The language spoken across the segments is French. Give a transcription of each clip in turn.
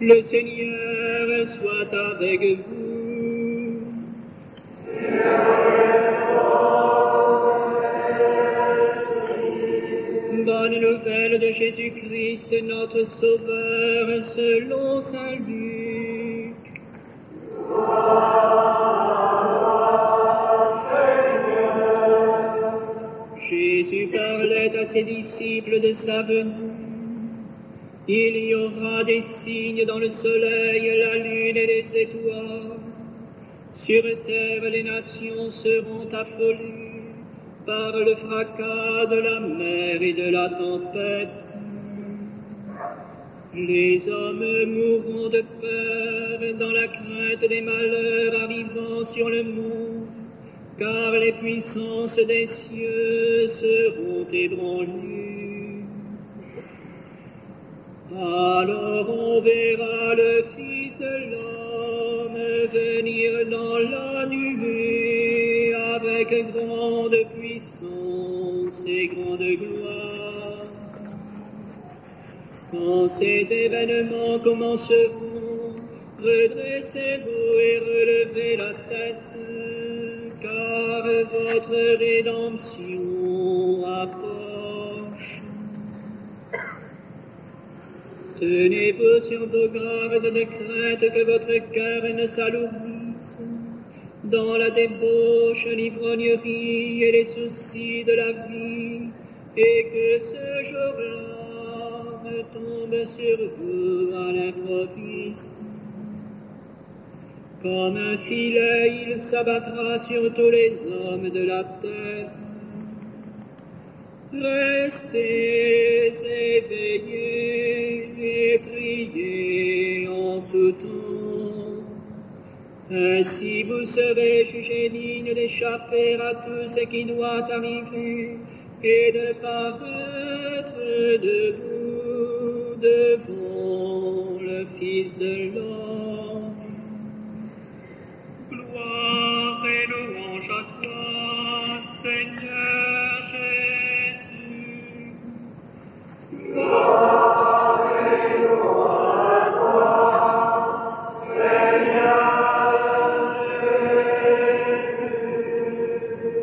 Le Seigneur soit avec vous. Bonne nouvelle de Jésus-Christ, notre Sauveur, selon saint Luc. Jésus parlait à ses disciples de sa venue. Il y aura des signes dans le soleil, la lune et les étoiles. Sur terre, les nations seront affolées par le fracas de la mer et de la tempête. Les hommes mourront de peur dans la crainte des malheurs arrivant sur le monde, car les puissances des cieux seront ébranlées. Alors on verra le Fils de l'homme venir dans la nuée avec grande puissance et grande gloire. Quand ces événements commenceront, redressez-vous et relevez la tête, car votre rédemption approche. Tenez-vous sur vos gardes de crainte que votre cœur ne s'alourdisse dans la débauche, l'ivrognerie et les soucis de la vie, et que ce jour-là tombe sur vous à l'improviste. Comme un filet, il s'abattra sur tous les hommes de la terre. Restez éveillés et priez en tout temps. Ainsi vous serez jugés dignes d'échapper à tout ce qui doit arriver et de paraître debout devant le Fils de l'homme. Gloire et louange à toi, Seigneur Jésus. Gloire et louange à toi, Seigneur Jésus.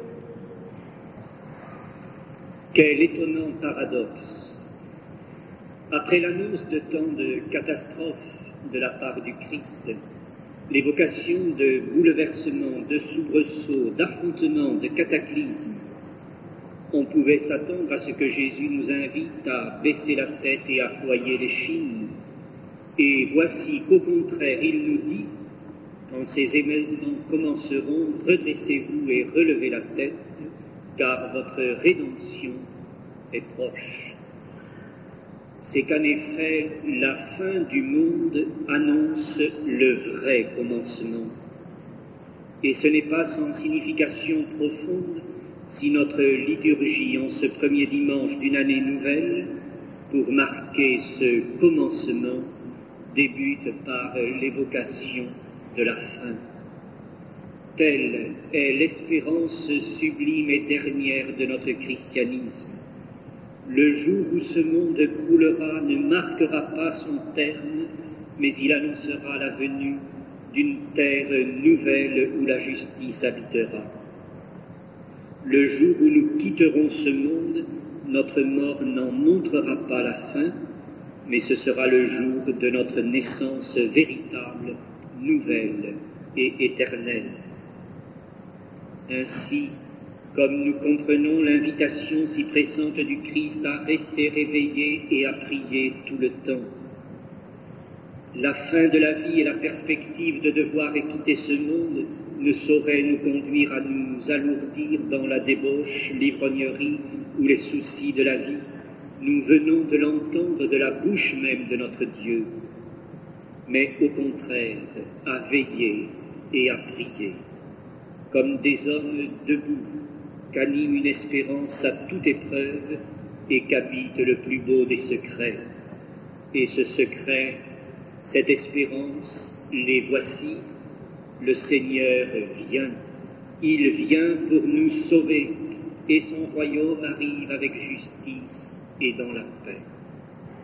Quel étonnant paradoxe! Après l'annonce de tant de catastrophes de la part du Christ, l'évocation de bouleversements, de soubresauts, d'affrontements, de cataclysmes, on pouvait s'attendre à ce que Jésus nous invite à baisser la tête et à ployer l'échine. Et voici qu'au contraire, il nous dit, quand ces événements commenceront, redressez-vous et relevez la tête, car votre rédemption est proche. C'est qu'en effet, la fin du monde annonce le vrai commencement. Et ce n'est pas sans signification profonde si notre liturgie, en ce premier dimanche d'une année nouvelle, pour marquer ce commencement, débute par l'évocation de la fin. Telle est l'espérance sublime et dernière de notre christianisme. Le jour où ce monde croulera ne marquera pas son terme, mais il annoncera la venue d'une terre nouvelle où la justice habitera. Le jour où nous quitterons ce monde, notre mort n'en montrera pas la fin, mais ce sera le jour de notre naissance véritable, nouvelle et éternelle. Ainsi, comme nous comprenons l'invitation si pressante du Christ à rester réveillé et à prier tout le temps, la fin de la vie et la perspective de devoir quitter ce monde ne sauraient nous conduire à nous alourdir dans la débauche, l'ivrognerie ou les soucis de la vie. Nous venons de l'entendre de la bouche même de notre Dieu, mais au contraire, à veiller et à prier, comme des hommes debout, qu'anime une espérance à toute épreuve et qu'habite le plus beau des secrets. Et ce secret, cette espérance, les voici. Le Seigneur vient, il vient pour nous sauver, et son royaume arrive avec justice et dans la paix.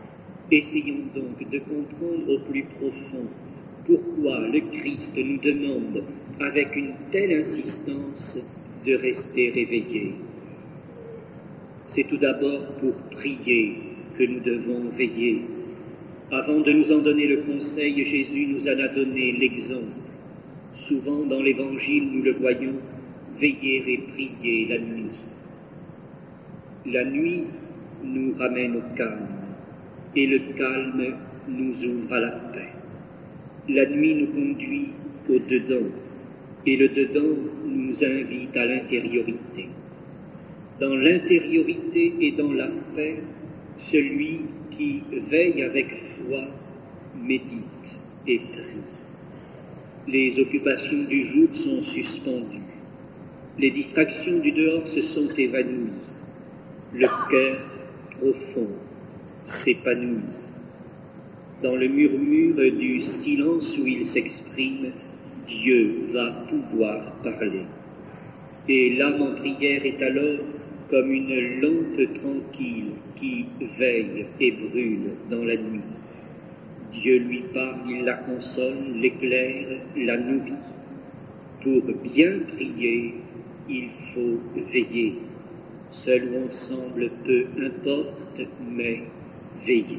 Essayons donc de comprendre au plus profond pourquoi le Christ nous demande avec une telle insistance de rester éveillés. C'est tout d'abord pour prier que nous devons veiller. Avant de nous en donner le conseil, Jésus nous en a donné l'exemple. Souvent dans l'Évangile, nous le voyons, veiller et prier la nuit. La nuit nous ramène au calme, et le calme nous ouvre à la paix. La nuit nous conduit au dedans, et le dedans nous invite à l'intériorité. Dans l'intériorité et dans la paix, celui qui veille avec foi médite et prie. Les occupations du jour sont suspendues. Les distractions du dehors se sont évanouies. Le cœur profond s'épanouit. Dans le murmure du silence où il s'exprime, Dieu va pouvoir parler. Et l'âme en prière est alors comme une lampe tranquille qui veille et brûle dans la nuit. Dieu lui parle, il la console, l'éclaire, la nourrit. Pour bien prier, il faut veiller. Seul ou ensemble, peu importe, mais veiller.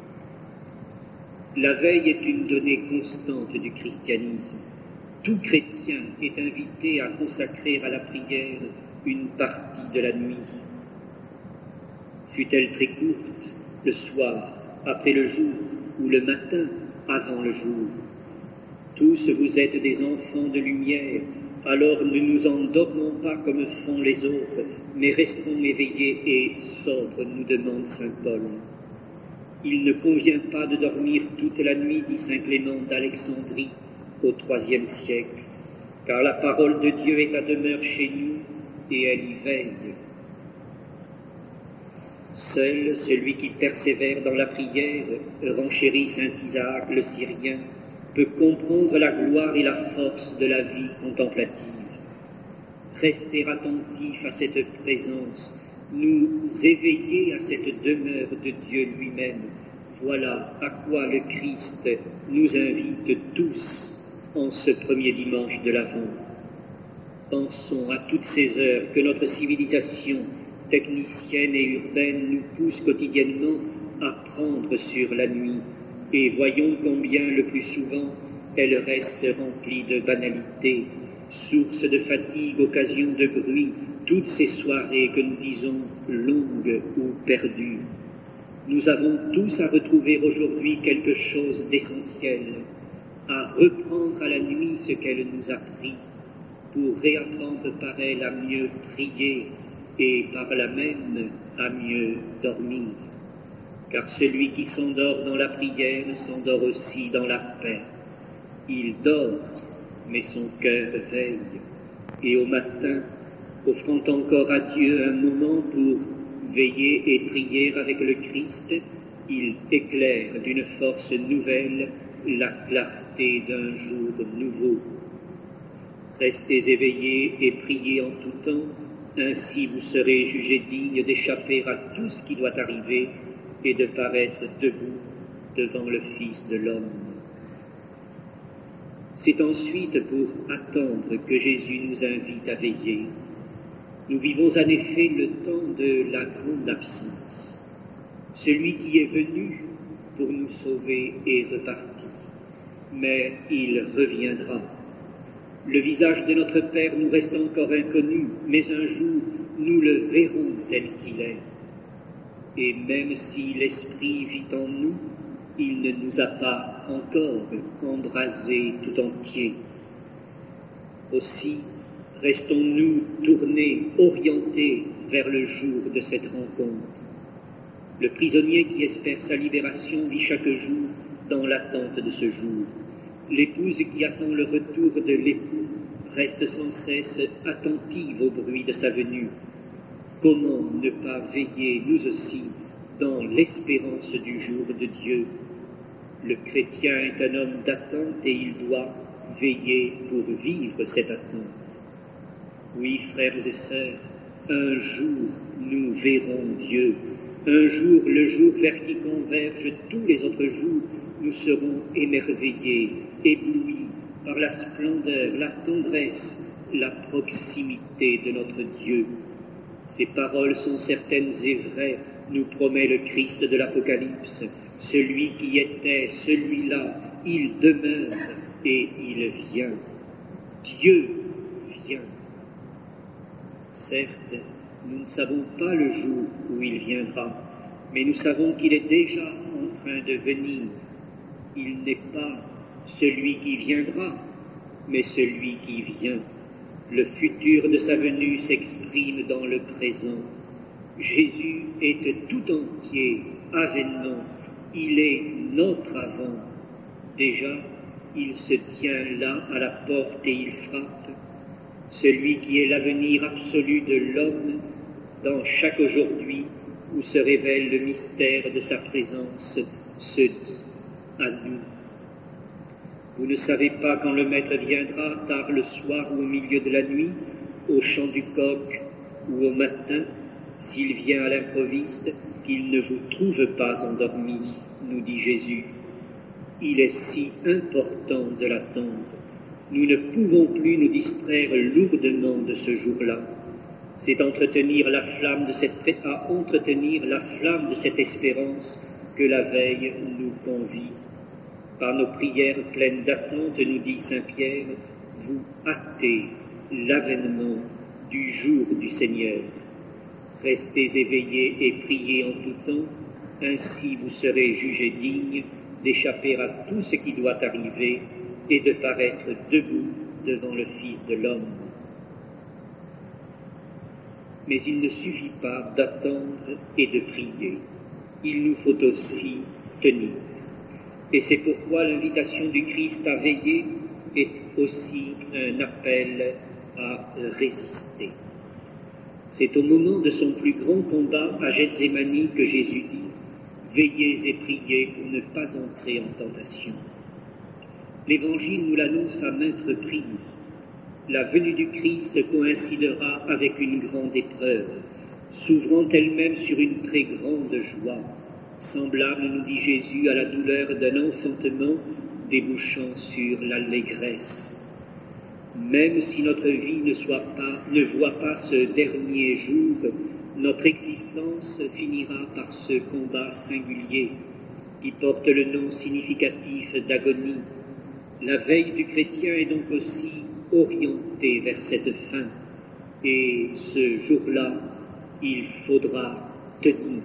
La veille est une donnée constante du christianisme. Tout chrétien est invité à consacrer à la prière une partie de la nuit. Fût-elle très courte, le soir, après le jour, ou le matin, avant le jour. Tous vous êtes des enfants de lumière, alors ne nous endormons pas comme font les autres, mais restons éveillés et sobres, nous demande saint Paul. Il ne convient pas de dormir toute la nuit, dit saint Clément d'Alexandrie, au IIIe siècle, car la parole de Dieu est à demeure chez nous et elle y veille. Seul celui qui persévère dans la prière, renchérit saint Isaac le Syrien, peut comprendre la gloire et la force de la vie contemplative. Rester attentif à cette présence, nous éveiller à cette demeure de Dieu lui-même, voilà à quoi le Christ nous invite tous en ce premier dimanche de l'Avent. Pensons à toutes ces heures que notre civilisation technicienne et urbaine nous pousse quotidiennement à prendre sur la nuit, et voyons combien le plus souvent elle reste remplie de banalités, source de fatigue, occasion de bruit, toutes ces soirées que nous disons longues ou perdues. Nous avons tous à retrouver aujourd'hui quelque chose d'essentiel, à reprendre à la nuit ce qu'elle nous a pris, pour réapprendre par elle à mieux prier et par là même à mieux dormir. Car celui qui s'endort dans la prière s'endort aussi dans la paix. Il dort, mais son cœur veille. Et au matin, offrant encore à Dieu un moment pour veiller et prier avec le Christ, il éclaire d'une force nouvelle la clarté d'un jour nouveau. Restez éveillés et priez en tout temps, ainsi vous serez jugés dignes d'échapper à tout ce qui doit arriver et de paraître debout devant le Fils de l'homme. C'est ensuite pour attendre que Jésus nous invite à veiller. Nous vivons en effet le temps de la grande absence. Celui qui est venu pour nous sauver est reparti, mais il reviendra. Le visage de notre Père nous reste encore inconnu, mais un jour nous le verrons tel qu'il est. Et même si l'Esprit vit en nous, il ne nous a pas encore embrasés tout entiers. Aussi, restons-nous tournés, orientés vers le jour de cette rencontre. Le prisonnier qui espère sa libération vit chaque jour dans l'attente de ce jour. L'épouse qui attend le retour de l'époux reste sans cesse attentive au bruit de sa venue. Comment ne pas veiller, nous aussi, dans l'espérance du jour de Dieu? Le chrétien est un homme d'attente et il doit veiller pour vivre cette attente. Oui, frères et sœurs, un jour nous verrons Dieu, Un jour, le jour vers qui convergent tous les autres jours, nous serons émerveillés, éblouis par la splendeur, la tendresse, la proximité de notre Dieu. Ces paroles sont certaines et vraies, nous promet le Christ de l'Apocalypse. Celui qui était, celui-là, il demeure et il vient. Dieu vient. Certes, nous ne savons pas le jour où il viendra, mais nous savons qu'il est déjà en train de venir. Il n'est pas celui qui viendra, mais celui qui vient. Le futur de sa venue s'exprime dans le présent. Jésus est tout entier, avènement. Il est notre avant. Déjà, il se tient là à la porte et il frappe. Celui qui est l'avenir absolu de l'homme, dans chaque aujourd'hui où se révèle le mystère de sa présence, se dit à nous. Vous ne savez pas quand le Maître viendra, tard le soir ou au milieu de la nuit, au chant du coq ou au matin, s'il vient à l'improviste, qu'il ne vous trouve pas endormis, nous dit Jésus. Il est si important de l'attendre. Nous ne pouvons plus nous distraire lourdement de ce jour-là. C'est entretenir la flamme de cette espérance que la veille nous convie. Par nos prières pleines d'attente, nous dit saint Pierre, vous hâtez l'avènement du jour du Seigneur. Restez éveillés et priez en tout temps, ainsi vous serez jugés dignes d'échapper à tout ce qui doit arriver et de paraître debout devant le Fils de l'homme. Mais il ne suffit pas d'attendre et de prier, il nous faut aussi tenir. Et c'est pourquoi l'invitation du Christ à veiller est aussi un appel à résister. C'est au moment de son plus grand combat à Gethsémani que Jésus dit « Veillez et priez pour ne pas entrer en tentation ». L'Évangile nous l'annonce à maintes reprises. La venue du Christ coïncidera avec une grande épreuve, s'ouvrant elle-même sur une très grande joie, semblable, nous dit Jésus, à la douleur d'un enfantement débouchant sur l'allégresse. Même si notre vie ne voit pas ce dernier jour, notre existence finira par ce combat singulier qui porte le nom significatif d'agonie. La veille du chrétien est donc aussi orientée vers cette fin, et ce jour-là, il faudra tenir.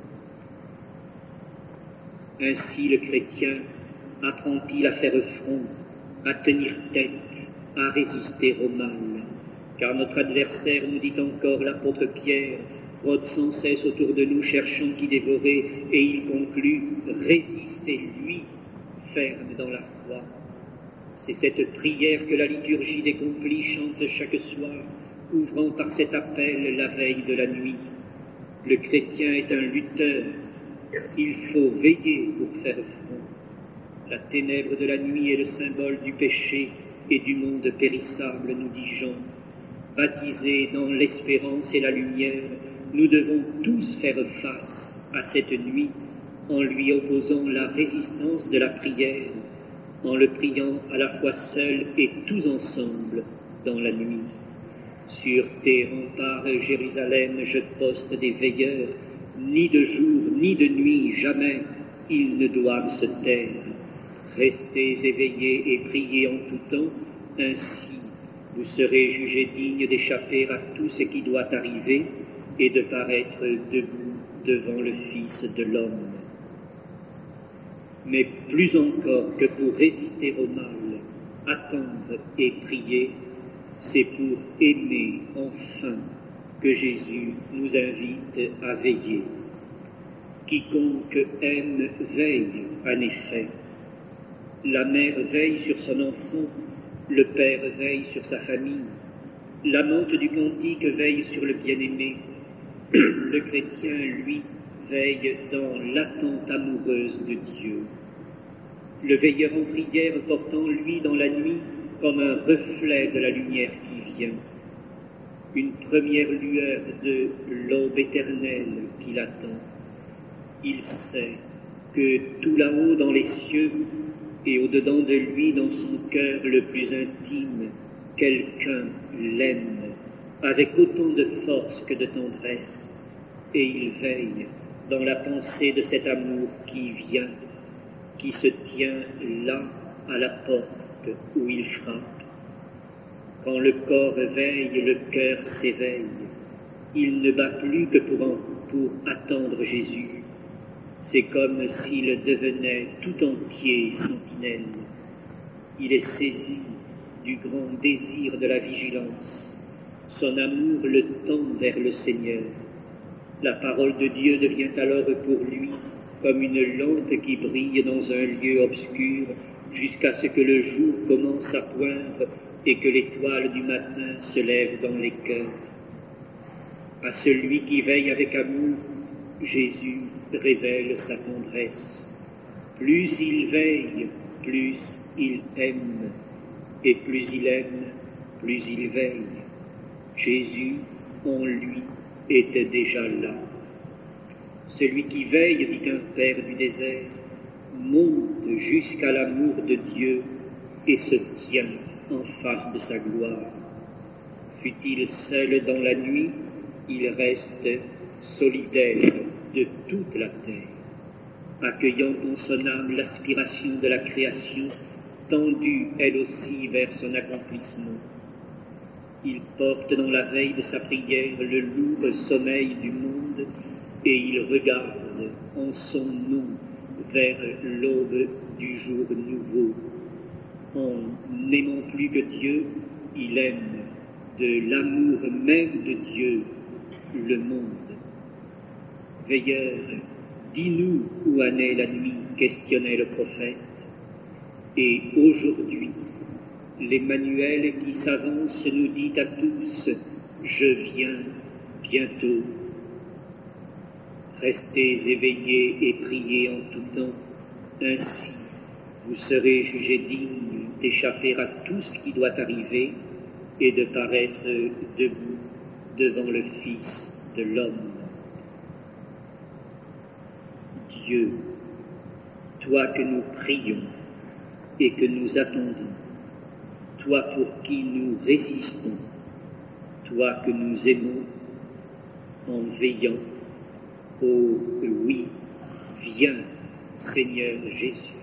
Ainsi le chrétien apprend-il à faire front, à tenir tête, à résister au mal. Car notre adversaire, nous dit encore l'apôtre Pierre, rôde sans cesse autour de nous cherchant qui dévorer, et il conclut « Résistez-lui, ferme dans la foi ». C'est cette prière que la liturgie des complis chante chaque soir, ouvrant par cet appel la veille de la nuit. Le chrétien est un lutteur. Il faut veiller pour faire front. La ténèbre de la nuit est le symbole du péché et du monde périssable, nous dit Jean. Baptisés dans l'espérance et la lumière, nous devons tous faire face à cette nuit en lui opposant la résistance de la prière, en le priant à la fois seul et tous ensemble dans la nuit. Sur tes remparts, Jérusalem, je poste des veilleurs, ni de jour, ni de nuit, jamais ils ne doivent se taire. Restez éveillés et priez en tout temps, ainsi vous serez jugés dignes d'échapper à tout ce qui doit arriver et de paraître debout devant le Fils de l'homme. Mais plus encore que pour résister au mal, attendre et prier, c'est pour aimer enfin que Jésus nous invite à veiller. Quiconque aime veille, en effet. La mère veille sur son enfant, le père veille sur sa famille, l'amante du cantique veille sur le bien-aimé, le chrétien, lui, veille dans l'attente amoureuse de Dieu. Le veilleur en prière porte en lui dans la nuit comme un reflet de la lumière qui vient, une première lueur de l'aube éternelle qui l'attend. Il sait que tout là-haut dans les cieux et au-dedans de lui dans son cœur le plus intime, quelqu'un l'aime avec autant de force que de tendresse, et il veille dans la pensée de cet amour qui vient, qui se tient là à la porte où il frappe. Quand le corps veille, le cœur s'éveille. Il ne bat plus que pour attendre Jésus. C'est comme s'il devenait tout entier sentinelle. Il est saisi du grand désir de la vigilance. Son amour le tend vers le Seigneur. La parole de Dieu devient alors pour lui comme une lampe qui brille dans un lieu obscur jusqu'à ce que le jour commence à poindre et que l'étoile du matin se lève dans les cœurs. À celui qui veille avec amour, Jésus révèle sa tendresse. Plus il veille, plus il aime, et plus il aime, plus il veille. Jésus, en lui, était déjà là. Celui qui veille, dit un père du désert, monte jusqu'à l'amour de Dieu et se tient en face de sa gloire. Fût-il seul dans la nuit, il reste solidaire de toute la terre, accueillant en son âme l'aspiration de la création, tendue elle aussi vers son accomplissement. Il porte dans la veille de sa prière le lourd sommeil du monde et il regarde en son nom vers l'aube du jour nouveau. En n'aimant plus que Dieu, il aime de l'amour même de Dieu le monde. Veilleur, dis-nous où en est la nuit, questionnait le prophète. Et aujourd'hui, l'Emmanuel qui s'avance nous dit à tous, je viens bientôt. Restez éveillés et priez en tout temps, ainsi vous serez jugés dignes d'échapper à tout ce qui doit arriver et de paraître debout devant le Fils de l'homme. Dieu, toi que nous prions et que nous attendons, toi pour qui nous résistons, toi que nous aimons en veillant, oh oui, viens, Seigneur Jésus.